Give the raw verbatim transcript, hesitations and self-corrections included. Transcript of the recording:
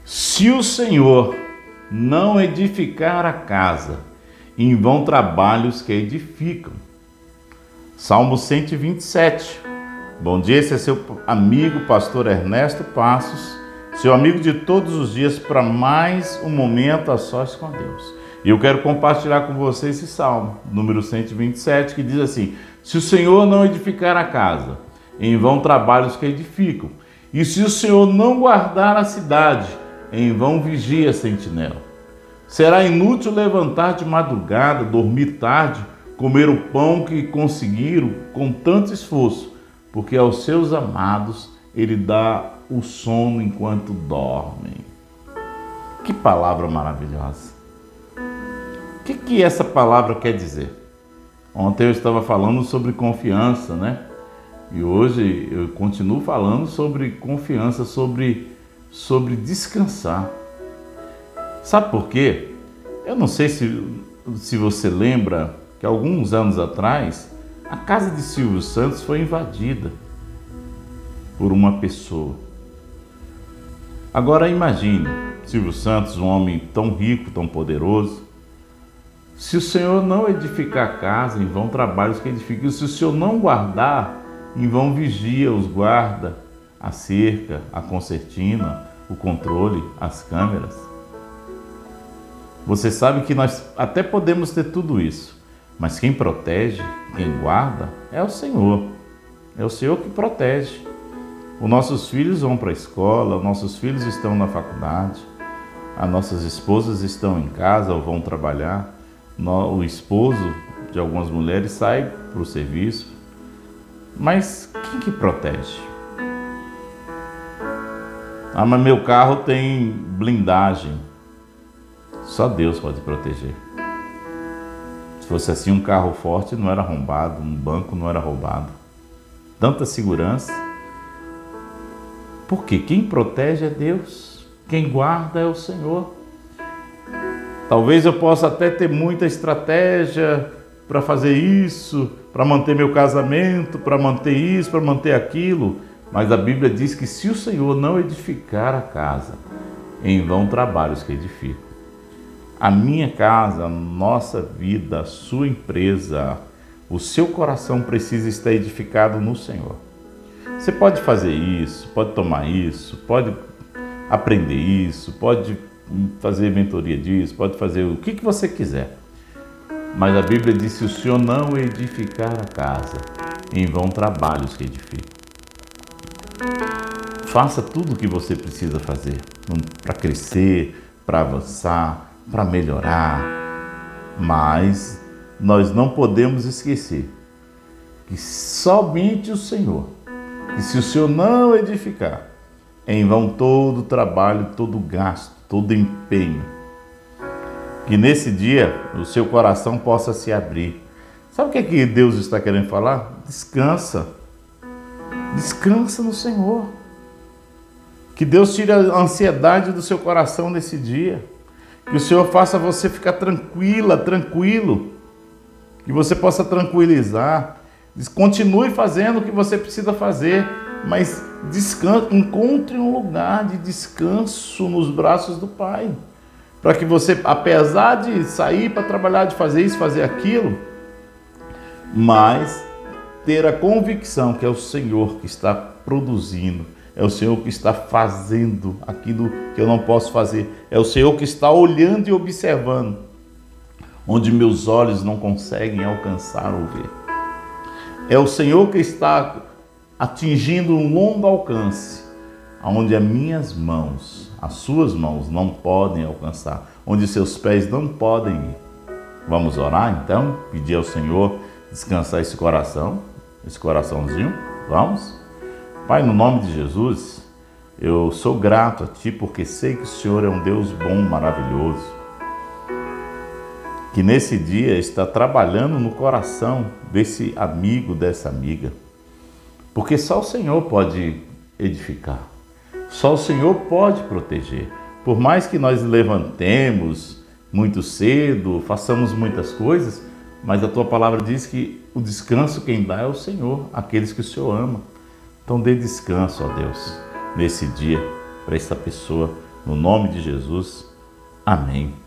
Se o Senhor não edificar a casa, em vão trabalhos que edificam. Salmo cento e vinte e sete. Bom dia, esse é seu amigo, pastor Ernesto Passos, seu amigo de todos os dias, para mais um momento a sós com Deus. E eu quero compartilhar com você esse salmo, número cento e vinte e sete, que diz assim: se o Senhor não edificar a casa, em vão trabalhos que edificam. E se o Senhor não guardar a cidade, em vão vigia a sentinela. Será inútil levantar de madrugada, dormir tarde, comer o pão que conseguiram com tanto esforço, porque aos seus amados ele dá o sono enquanto dormem. Que palavra maravilhosa! O que, que essa palavra quer dizer? Ontem eu estava falando sobre confiança, né? E hoje eu continuo falando sobre confiança, sobre, sobre descansar. Sabe por quê? Eu não sei se, se você lembra que alguns anos atrás a casa de Silvio Santos foi invadida por uma pessoa. Agora imagine, Silvio Santos, um homem tão rico, tão poderoso. Se o Senhor não edificar a casa, em vão trabalhos que edificam. Se o Senhor não guardar, em vão vigia os guarda, a cerca, a concertina, o controle, as câmeras. Você sabe que nós até podemos ter tudo isso, mas quem protege, quem guarda, é o Senhor. É o Senhor que protege. Os nossos filhos vão para a escola, os nossos filhos estão na faculdade, as nossas esposas estão em casa ou vão trabalhar, o esposo de algumas mulheres sai para o serviço. Mas quem que protege? Ah, mas meu carro tem blindagem. Só Deus pode proteger. Se fosse assim, um carro forte não era arrombado, um banco não era roubado. Tanta segurança. Porque quem protege é Deus, quem guarda é o Senhor. Talvez eu possa até ter muita estratégia para fazer isso, para manter meu casamento, para manter isso, para manter aquilo, mas a Bíblia diz que se o Senhor não edificar a casa, em vão trabalhos que edificam. A minha casa, a nossa vida, a sua empresa, o seu coração precisa estar edificado no Senhor. Você pode fazer isso, pode tomar isso, pode aprender isso, pode fazer mentoria disso, pode fazer o que você quiser. Mas a Bíblia diz: se o Senhor não edificar a casa, em vão trabalhos que edificam. Faça tudo o que você precisa fazer para crescer, para avançar, para melhorar, mas nós não podemos esquecer que somente o Senhor, e se o Senhor não edificar, em vão todo o trabalho, todo o gasto, todo o empenho. Que nesse dia o seu coração possa se abrir. Sabe o que é que Deus está querendo falar? Descansa. Descansa no Senhor. Que Deus tire a ansiedade do seu coração nesse dia. Que o Senhor faça você ficar tranquila, tranquilo. Que você possa tranquilizar. Continue fazendo o que você precisa fazer, mas descanse, encontre um lugar de descanso nos braços do Pai. Para que você, apesar de sair para trabalhar, de fazer isso, fazer aquilo, mas ter a convicção que é o Senhor que está produzindo, é o Senhor que está fazendo aquilo que eu não posso fazer, é o Senhor que está olhando e observando, onde meus olhos não conseguem alcançar ou ver. É o Senhor que está atingindo um longo alcance, onde as minhas mãos, as suas mãos não podem alcançar, onde seus pés não podem ir. Vamos orar então? Pedir ao Senhor descansar esse coração, esse coraçãozinho? Vamos? Pai, no nome de Jesus, eu sou grato a Ti porque sei que o Senhor é um Deus bom, maravilhoso, que nesse dia está trabalhando no coração desse amigo, dessa amiga, porque só o Senhor pode edificar. Só o Senhor pode proteger. Por mais que nós levantemos muito cedo, façamos muitas coisas, mas a Tua palavra diz que o descanso quem dá é o Senhor, aqueles que o Senhor ama. Então dê descanso, ó Deus, nesse dia, para essa pessoa, No nome de Jesus, amém.